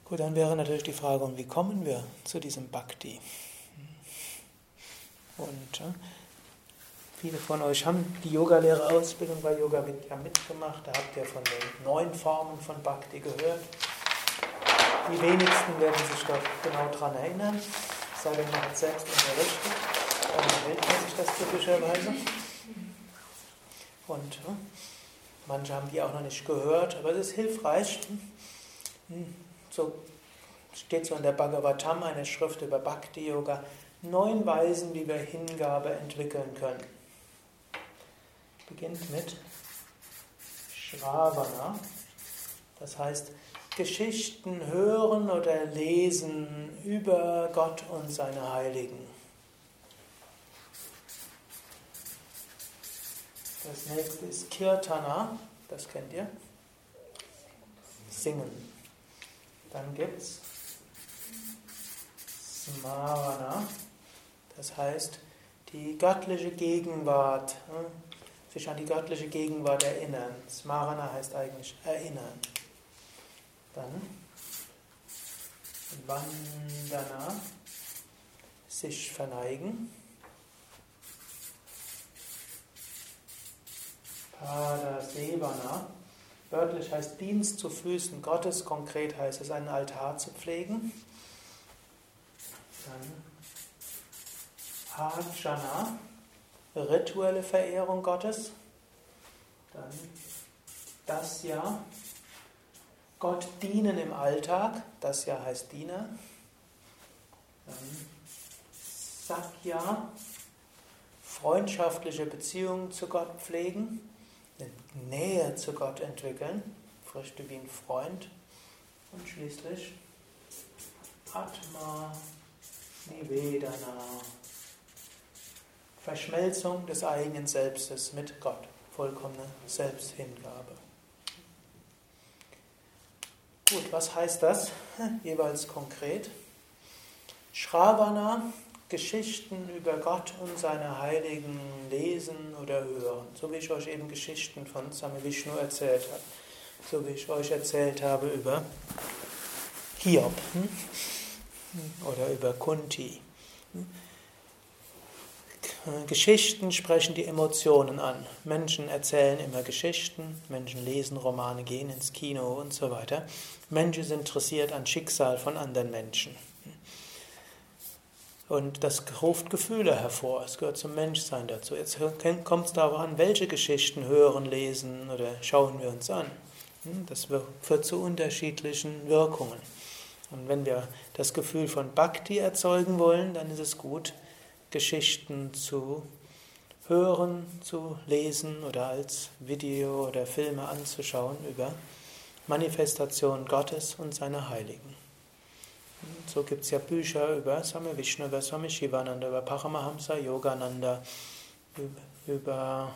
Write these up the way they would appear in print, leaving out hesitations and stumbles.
Gut, dann wäre natürlich die Frage, und wie kommen wir zu diesem Bhakti? Und viele von euch haben die Yogalehrerausbildung bei Yoga Vidya mitgemacht. Da habt ihr von den 9 Formen von Bhakti gehört. Die wenigsten werden sich dort genau daran erinnern. Es sei denn, man hat selbst unterrichtet. Dann behält man sich das typischerweise. Und manche haben die auch noch nicht gehört, aber es ist hilfreich. So steht so in der Bhagavatam, eine Schrift über Bhakti Yoga, 9 Weisen, wie wir Hingabe entwickeln können. Beginnt mit Shravana, das heißt Geschichten hören oder lesen über Gott und seine Heiligen. Das nächste ist Kirtana, das kennt ihr. Singen. Dann gibt es Smarana, das heißt die göttliche Gegenwart, sich an die göttliche Gegenwart erinnern. Smarana heißt eigentlich erinnern. Dann Vandana, sich verneigen. Padasevana, wörtlich heißt Dienst zu Füßen Gottes, konkret heißt es, einen Altar zu pflegen. Dann Archana, rituelle Verehrung Gottes. Dann Dasya, Gott dienen im Alltag, Dasya heißt Diener. Dann Sakya, freundschaftliche Beziehungen zu Gott pflegen, eine Nähe zu Gott entwickeln, Früchte wie ein Freund. Und schließlich Atma Nivedana, Verschmelzung des eigenen Selbstes mit Gott, vollkommene Selbsthingabe. Gut, was heißt das jeweils konkret? Shravana, Geschichten über Gott und seine Heiligen lesen oder hören, so wie ich euch eben Geschichten von Swami Vishnu erzählt habe, so wie ich euch erzählt habe über Hiob oder über Kunti. Geschichten sprechen die Emotionen an. Menschen erzählen immer Geschichten, Menschen lesen Romane, gehen ins Kino und so weiter. Mensch ist interessiert an Schicksal von anderen Menschen. Und das ruft Gefühle hervor, es gehört zum Menschsein dazu. Jetzt kommt es darauf an, welche Geschichten hören, lesen oder schauen wir uns an. Das führt zu unterschiedlichen Wirkungen. Und wenn wir das Gefühl von Bhakti erzeugen wollen, dann ist es gut, Geschichten zu hören, zu lesen oder als Video oder Filme anzuschauen über Manifestationen Gottes und seiner Heiligen. So gibt es ja Bücher über Swami Vishnu, über Swami Shivananda, über Paramahamsa Yogananda, über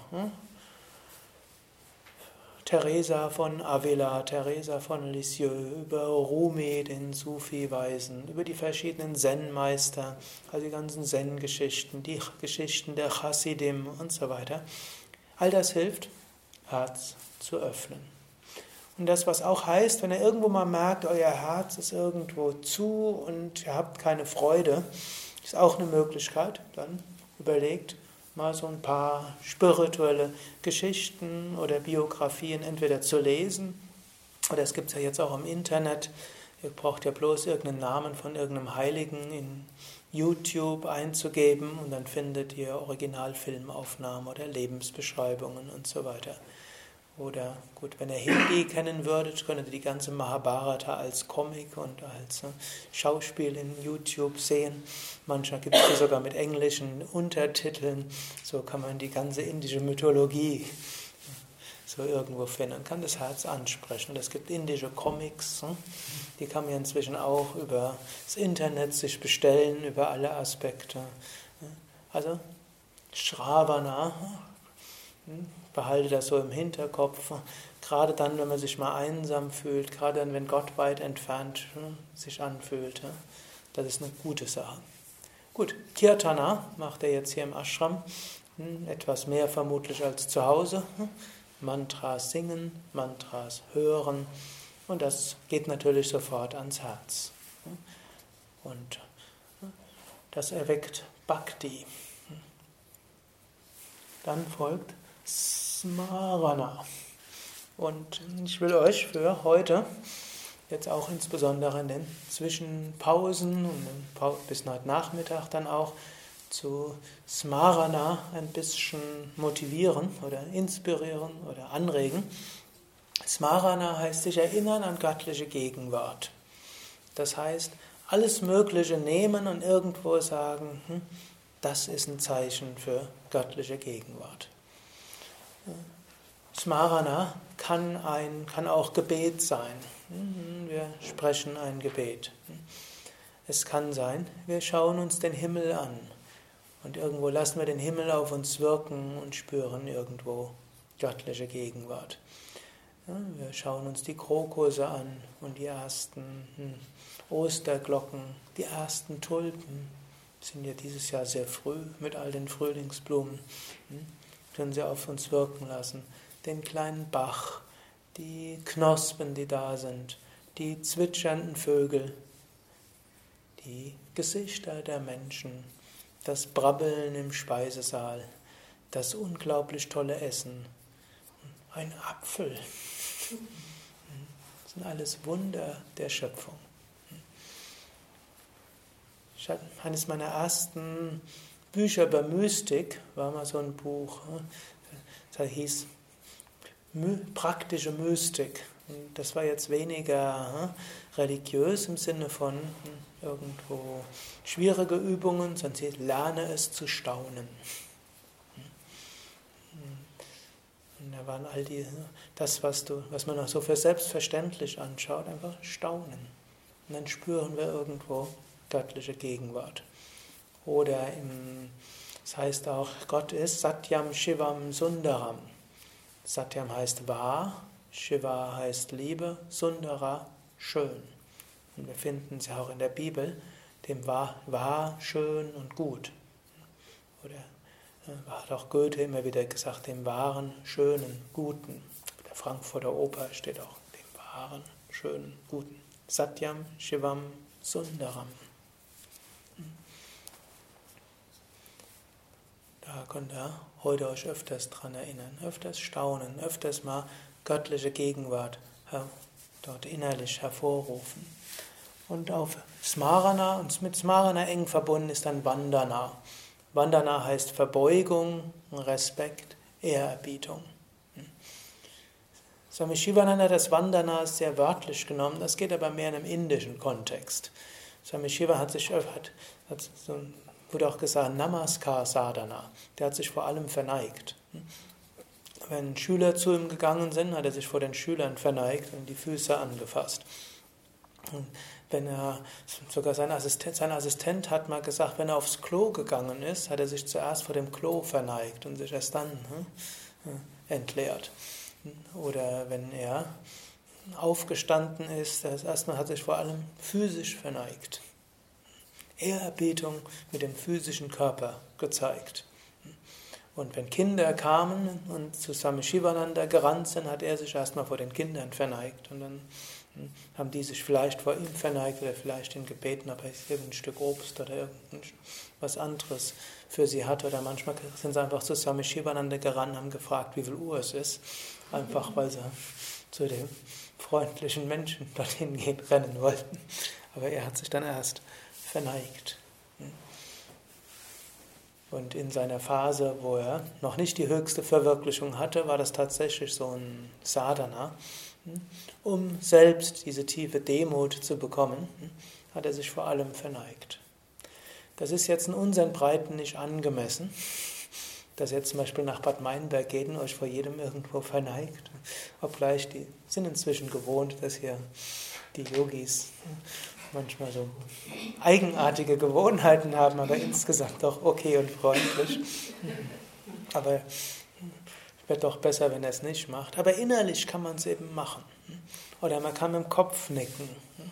Teresa von Avila, Teresa von Lisieux, über Rumi, den Sufi-Weisen, über die verschiedenen Zen-Meister, also die ganzen Zen-Geschichten, die Geschichten der Chassidim und so weiter. All das hilft, Herz zu öffnen. Und das, was auch heißt, wenn ihr irgendwo mal merkt, euer Herz ist irgendwo zu und ihr habt keine Freude, ist auch eine Möglichkeit. Dann überlegt mal so ein paar spirituelle Geschichten oder Biografien entweder zu lesen, oder es gibt es ja jetzt auch im Internet. Ihr braucht ja bloß irgendeinen Namen von irgendeinem Heiligen in YouTube einzugeben und dann findet ihr Originalfilmaufnahmen oder Lebensbeschreibungen und so weiter. Oder gut, wenn ihr Hindi kennen würdet, könntet ihr die ganze Mahabharata als Comic und als Schauspiel in YouTube sehen. Manchmal gibt es die sogar mit englischen Untertiteln. So kann man die ganze indische Mythologie so irgendwo finden und kann das Herz ansprechen. Und es gibt indische Comics, die kann man inzwischen auch über das Internet sich bestellen, über alle Aspekte. Also Shravana, behalte das so im Hinterkopf, gerade dann, wenn man sich mal einsam fühlt, gerade dann, wenn Gott weit entfernt sich anfühlt. Das ist eine gute Sache. Gut, Kirtana macht er jetzt hier im Ashram, etwas mehr vermutlich als zu Hause. Mantras singen, Mantras hören, Und das geht natürlich sofort ans Herz. Und das erweckt Bhakti. Dann folgt Smarana. Und ich will euch für heute, jetzt auch insbesondere in den Zwischenpausen und bis heute Nachmittag dann auch, zu Smarana ein bisschen motivieren oder inspirieren oder anregen. Smarana heißt sich erinnern an göttliche Gegenwart. Das heißt, alles Mögliche nehmen und irgendwo sagen, das ist ein Zeichen für göttliche Gegenwart. Smarana kann auch Gebet sein. Wir sprechen ein Gebet. Es kann sein, wir schauen uns den Himmel an und irgendwo lassen wir den Himmel auf uns wirken und spüren irgendwo göttliche Gegenwart. Wir schauen uns die Krokusse an und die ersten Osterglocken, die ersten Tulpen. Sind ja dieses Jahr sehr früh mit all den Frühlingsblumen. Können sie auf uns wirken lassen. Den kleinen Bach, die Knospen, die da sind, die zwitschernden Vögel, die Gesichter der Menschen, das Brabbeln im Speisesaal, das unglaublich tolle Essen, ein Apfel. Das sind alles Wunder der Schöpfung. Eines meiner ersten Bücher über Mystik war mal so ein Buch, das hieß Praktische Mystik. Und das war jetzt weniger religiös im Sinne von irgendwo schwierige Übungen, sondern sie lerne es zu staunen. Und da waren all das, was man auch so für selbstverständlich anschaut, einfach staunen. Und dann spüren wir irgendwo göttliche Gegenwart. Oder das heißt auch, Gott ist Satyam Shivam Sundaram. Satyam heißt wahr, Shiva heißt Liebe, Sundara schön. Und wir finden es ja auch in der Bibel, dem wahr, schön und gut. Oder hat auch Goethe immer wieder gesagt, dem wahren, schönen, guten. Der Frankfurter Oper steht auch dem wahren, schönen, guten. Satyam Shivam Sundaram. Da könnt ihr heute euch öfters dran erinnern, öfters staunen, öfters mal göttliche Gegenwart dort innerlich hervorrufen. Und auf Smarana, und mit Smarana eng verbunden ist dann Vandana. Vandana heißt Verbeugung, Respekt, Ehrerbietung. Swami Shivananda hat das Vandana sehr wörtlich genommen, das geht aber mehr in einem indischen Kontext. Swami Shiva wurde auch gesagt, Namaskar Sadhana, der hat sich vor allem verneigt. Wenn Schüler zu ihm gegangen sind, hat er sich vor den Schülern verneigt und die Füße angefasst. Und sogar sein Assistent hat mal gesagt, wenn er aufs Klo gegangen ist, hat er sich zuerst vor dem Klo verneigt und sich erst dann entleert. Oder wenn er aufgestanden ist, erstmal hat er sich vor allem physisch verneigt. Ehrerbietung mit dem physischen Körper gezeigt. Und wenn Kinder kamen und zu Swami Shivananda gerannt sind, hat er sich erstmal vor den Kindern verneigt. Und dann haben die sich vielleicht vor ihm verneigt oder vielleicht ihn gebeten, ob er irgendein Stück Obst oder irgendwas anderes für sie hat. Oder manchmal sind sie einfach zu Swami Shivananda gerannt und haben gefragt, wie viel Uhr es ist. Einfach weil sie zu dem freundlichen Menschen dorthin rennen wollten. Aber er hat sich dann erst verneigt. Und in seiner Phase, wo er noch nicht die höchste Verwirklichung hatte, war das tatsächlich so ein Sadhana. Um selbst diese tiefe Demut zu bekommen, hat er sich vor allem verneigt. Das ist jetzt in unseren Breiten nicht angemessen, dass ihr zum Beispiel nach Bad Meinberg geht und euch vor jedem irgendwo verneigt. Obgleich die sind inzwischen gewohnt, dass hier die Yogis manchmal so eigenartige Gewohnheiten haben, aber insgesamt doch okay und freundlich. Aber es wird doch besser, wenn er es nicht macht. Aber innerlich kann man es eben machen. Oder man kann mit dem Kopf nicken.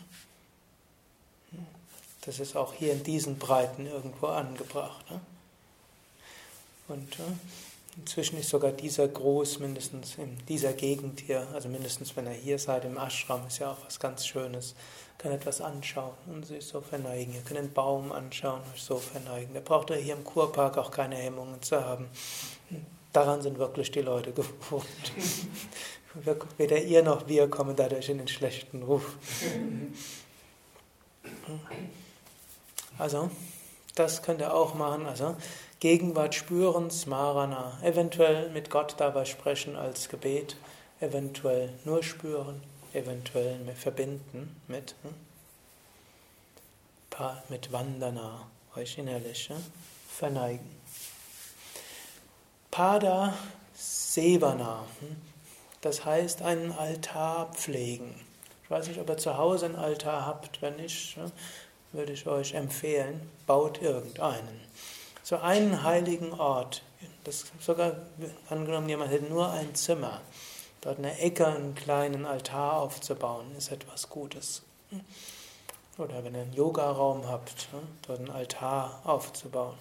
Das ist auch hier in diesen Breiten irgendwo angebracht. Und Inzwischen ist sogar dieser Gruß mindestens in dieser Gegend hier, also mindestens wenn ihr hier seid im Ashram, ist ja auch was ganz Schönes. Ihr könnt etwas anschauen und sich so verneigen. Ihr könnt einen Baum anschauen und euch so verneigen. Da braucht ihr hier im Kurpark auch keine Hemmungen zu haben. Daran sind wirklich die Leute gewohnt. Weder ihr noch wir kommen dadurch in den schlechten Ruf. Also, das könnt ihr auch machen. Also, Gegenwart spüren, Smarana. Eventuell mit Gott dabei sprechen als Gebet, eventuell nur spüren, eventuell verbinden mit Vandana, euch innerlich verneigen. Pada Sevana, das heißt einen Altar pflegen. Ich weiß nicht, ob ihr zu Hause einen Altar habt. Wenn nicht, würde ich euch empfehlen, baut irgendeinen. So einen heiligen Ort, das sogar angenommen, jemand hätte nur ein Zimmer, dort in der Ecke einen kleinen Altar aufzubauen, ist etwas Gutes. Oder wenn ihr einen Yogaraum habt, dort einen Altar aufzubauen.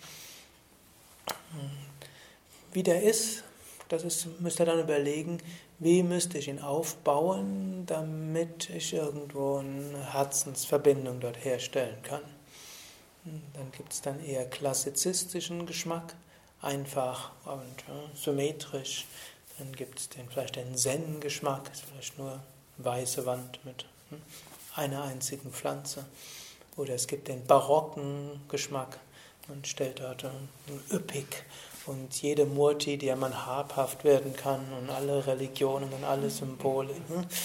Wie der ist, müsst ihr dann überlegen, wie müsste ich ihn aufbauen, damit ich irgendwo eine Herzensverbindung dort herstellen kann. Dann gibt es dann eher klassizistischen Geschmack, einfach und symmetrisch. Dann gibt es vielleicht den Zen-Geschmack, ist vielleicht nur weiße Wand mit einer einzigen Pflanze. Oder es gibt den barocken Geschmack, man stellt dort üppig und jede Murti, der man habhaft werden kann und alle Religionen und alle Symbole.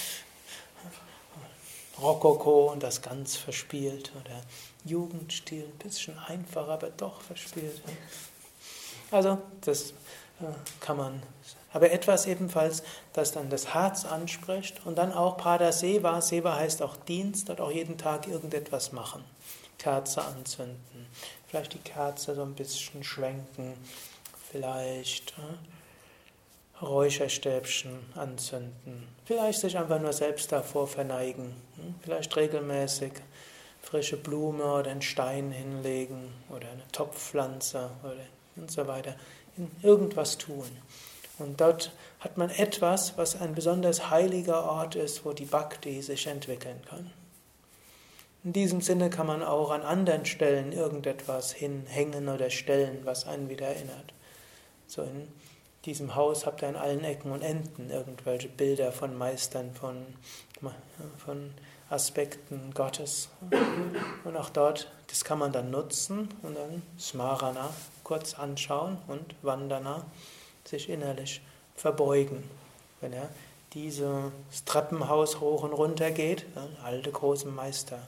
Rokoko und das ganz verspielt. Oder Jugendstil, ein bisschen einfacher, aber doch verspielt. Also, das kann man. Aber etwas ebenfalls, das dann das Herz anspricht und dann auch Pada Seva. Seva heißt auch Dienst, dort auch jeden Tag irgendetwas machen. Kerze anzünden, vielleicht die Kerze so ein bisschen schwenken, vielleicht Räucherstäbchen anzünden, vielleicht sich einfach nur selbst davor verneigen, vielleicht regelmäßig frische Blume oder einen Stein hinlegen oder eine Topfpflanze oder und so weiter, irgendwas tun. Und dort hat man etwas, was ein besonders heiliger Ort ist, wo die Bhakti sich entwickeln kann. In diesem Sinne kann man auch an anderen Stellen irgendetwas hinhängen oder stellen, was einen wieder erinnert. So in diesem Haus habt ihr an allen Ecken und Enden irgendwelche Bilder von Meistern, von Aspekten Gottes. Und auch dort, das kann man dann nutzen und dann Smarana kurz anschauen und Vandana sich innerlich verbeugen. Wenn er dieses Treppenhaus hoch und runter geht, alte große Meister.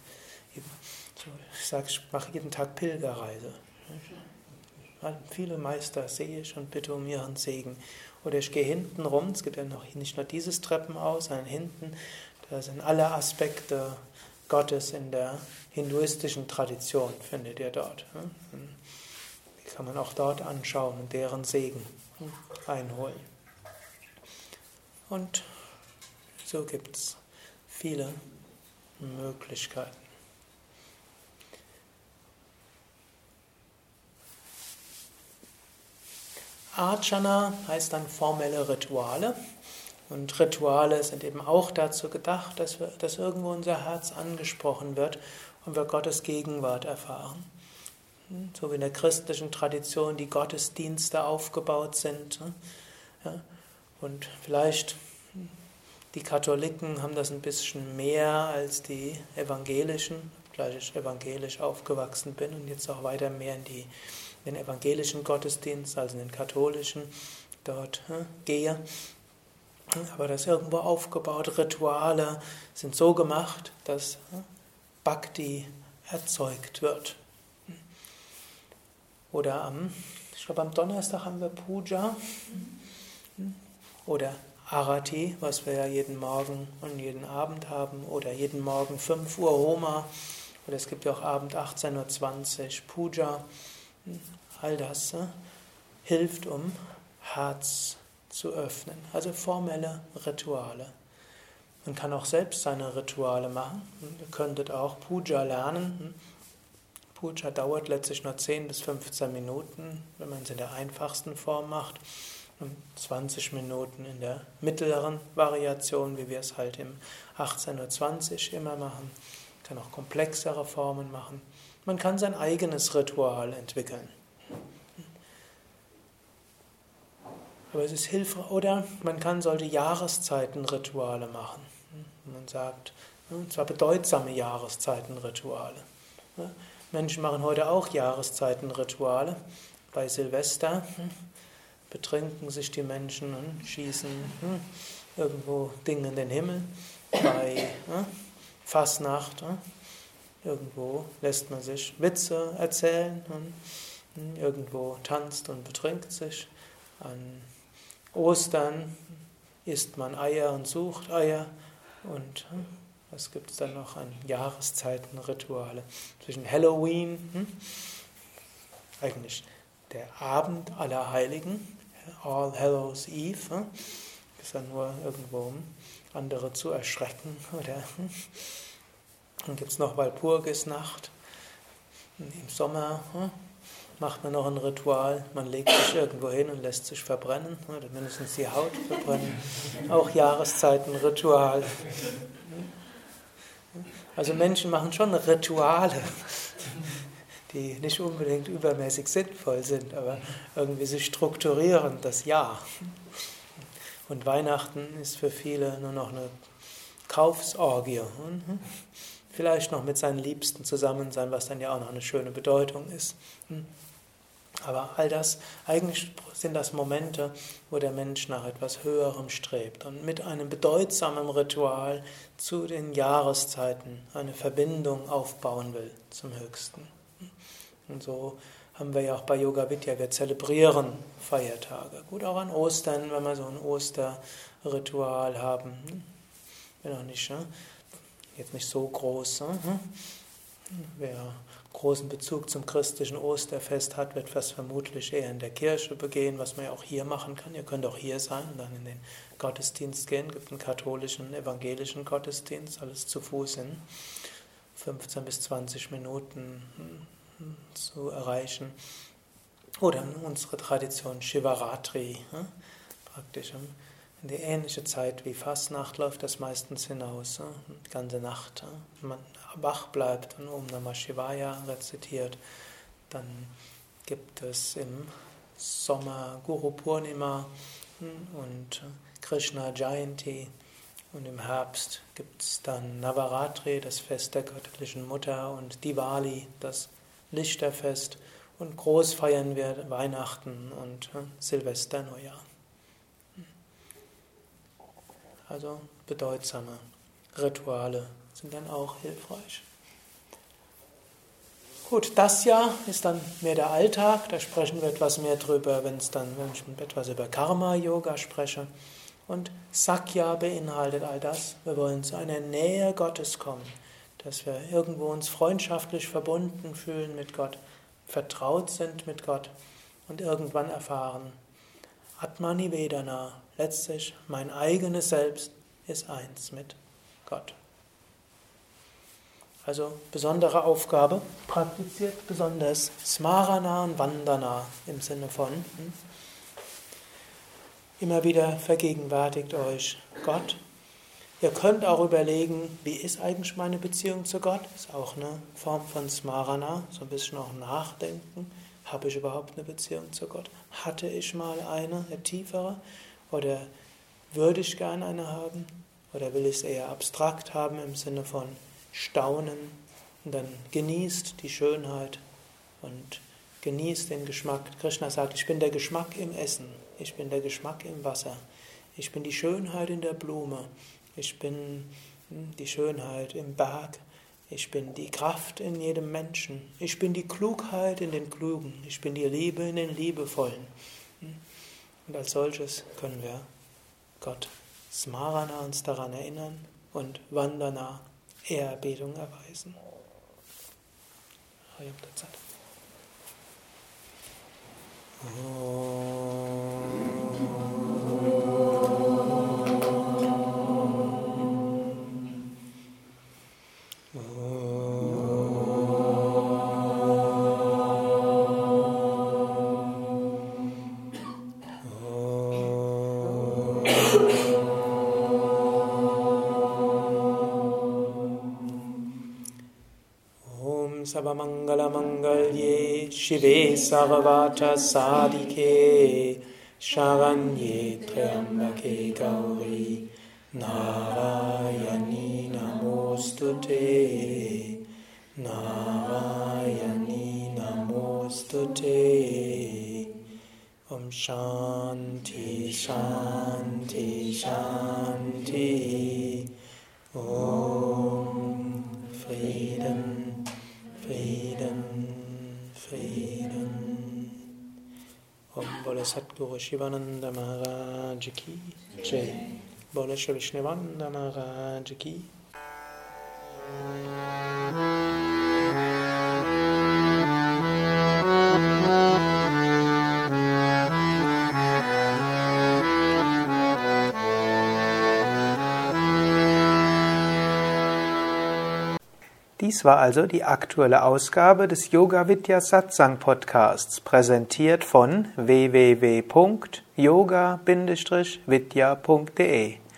Ich sage, ich mache jeden Tag Pilgerreise. Viele Meister sehe ich und bitte um ihren Segen. Oder ich gehe hinten rum, es gibt ja noch nicht nur dieses Treppenhaus, sondern hinten, da sind alle Aspekte Gottes in der hinduistischen Tradition, findet ihr dort. Die kann man auch dort anschauen und deren Segen einholen. Und so gibt es viele Möglichkeiten. Archana heißt dann formelle Rituale. Und Rituale sind eben auch dazu gedacht, dass irgendwo unser Herz angesprochen wird und wir Gottes Gegenwart erfahren. So wie in der christlichen Tradition die Gottesdienste aufgebaut sind. Und vielleicht die Katholiken haben das ein bisschen mehr als die Evangelischen, obgleich ich evangelisch aufgewachsen bin und jetzt auch weiter mehr in den evangelischen Gottesdienst, also in den katholischen, dort gehe. Aber das ist irgendwo aufgebaut. Rituale sind so gemacht, dass Bhakti erzeugt wird. Oder ich glaube am Donnerstag haben wir Puja oder Arati, was wir ja jeden Morgen und jeden Abend haben, oder jeden Morgen 5 Uhr Homa, oder es gibt ja auch Abend 18:20 Uhr Puja. All das hilft, um Herz zu öffnen. Also formelle Rituale. Man kann auch selbst seine Rituale machen. Ihr könntet auch Puja lernen. Puja dauert letztlich nur 10 bis 15 Minuten, wenn man es in der einfachsten Form macht, und 20 Minuten in der mittleren Variation, wie wir es halt im 18:20 immer machen. Man kann auch komplexere Formen machen. Man kann sein eigenes Ritual entwickeln. Aber es ist hilfreich, oder man kann solche Jahreszeitenrituale machen. Man sagt, und zwar bedeutsame Jahreszeitenrituale. Menschen machen heute auch Jahreszeitenrituale. Bei Silvester betrinken sich die Menschen und schießen irgendwo Dinge in den Himmel. Bei Fasnacht irgendwo lässt man sich Witze erzählen und irgendwo tanzt und betrinkt sich. An Ostern isst man Eier und sucht Eier. Und was gibt es dann noch an Jahreszeitenrituale? Zwischen Halloween, eigentlich der Abend aller Heiligen, All Hallows Eve, ist dann nur irgendwo, um andere zu erschrecken. Oder dann gibt es noch Walpurgisnacht. Im Sommer macht man noch ein Ritual, man legt sich irgendwo hin und lässt sich verbrennen, oder mindestens die Haut verbrennen. Auch Jahreszeitenritual. Also Menschen machen schon Rituale, die nicht unbedingt übermäßig sinnvoll sind, aber irgendwie sie strukturieren das Jahr. Und Weihnachten ist für viele nur noch eine Kaufsorgie. Vielleicht noch mit seinen Liebsten zusammen sein, was dann ja auch noch eine schöne Bedeutung ist. Aber all das, eigentlich sind das Momente, wo der Mensch nach etwas Höherem strebt und mit einem bedeutsamen Ritual zu den Jahreszeiten eine Verbindung aufbauen will zum Höchsten. Und so haben wir ja auch bei Yoga Vidya, wir zelebrieren Feiertage. Gut, auch an Ostern, wenn wir so ein Osterritual haben. Bin auch nicht, jetzt nicht so groß. Wer großen Bezug zum christlichen Osterfest hat, wird das vermutlich eher in der Kirche begehen, was man ja auch hier machen kann. Ihr könnt auch hier sein und dann in den Gottesdienst gehen. Es gibt einen katholischen, evangelischen Gottesdienst, alles zu Fuß in 15 bis 20 Minuten zu erreichen. Oder unsere Tradition Shivaratri, praktisch in die ähnliche Zeit wie Fastnacht läuft das meistens hinaus, die ganze Nacht. Wenn man wach bleibt und Om Namah Shivaya rezitiert, dann gibt es im Sommer Guru Purnima und Krishna Jayanti und im Herbst gibt es dann Navaratri, das Fest der göttlichen Mutter, und Diwali, das Lichterfest, und groß feiern wir Weihnachten und Silvester, Neujahr. Also bedeutsame Rituale sind dann auch hilfreich. Gut, das Jahr ist dann mehr der Alltag, da sprechen wir etwas mehr drüber, wenn ich etwas über Karma-Yoga spreche. Und Sakya beinhaltet all das. Wir wollen zu einer Nähe Gottes kommen, dass wir irgendwo uns freundschaftlich verbunden fühlen mit Gott, vertraut sind mit Gott und irgendwann erfahren, Atmani Vedana, letztlich mein eigenes Selbst ist eins mit Gott. Also besondere Aufgabe, praktiziert besonders Smarana und Vandana im Sinne von immer wieder vergegenwärtigt euch Gott. Ihr könnt auch überlegen, wie ist eigentlich meine Beziehung zu Gott? Ist auch eine Form von Smarana, so ein bisschen auch nachdenken. Habe ich überhaupt eine Beziehung zu Gott? Hatte ich mal eine tiefere? Oder würde ich gerne eine haben? Oder will ich es eher abstrakt haben im Sinne von Staunen? Und dann genießt die Schönheit und genießt den Geschmack. Krishna sagt, ich bin der Geschmack im Essen. Ich bin der Geschmack im Wasser. Ich bin die Schönheit in der Blume. Ich bin die Schönheit im Berg. Ich bin die Kraft in jedem Menschen. Ich bin die Klugheit in den Klugen. Ich bin die Liebe in den Liebevollen. Und als solches können wir Gott Smarana uns daran erinnern und Vandana Ehrerbietung erweisen. Sarvamangala-mangalye Shive Sarvata Sadike Sharanye Triambake Gauri Narayani Namostute Narayani Namostute Om Shanti Shanti Shanti Om Frieden Frieden Frieden Om Bole Satguru Shivananda Maharaj Ki Jai Bole Shri Vishnuvananda Maharaj Ki Dies war also die aktuelle Ausgabe des Yoga Vidya Satsang Podcasts, präsentiert von www.yoga-vidya.de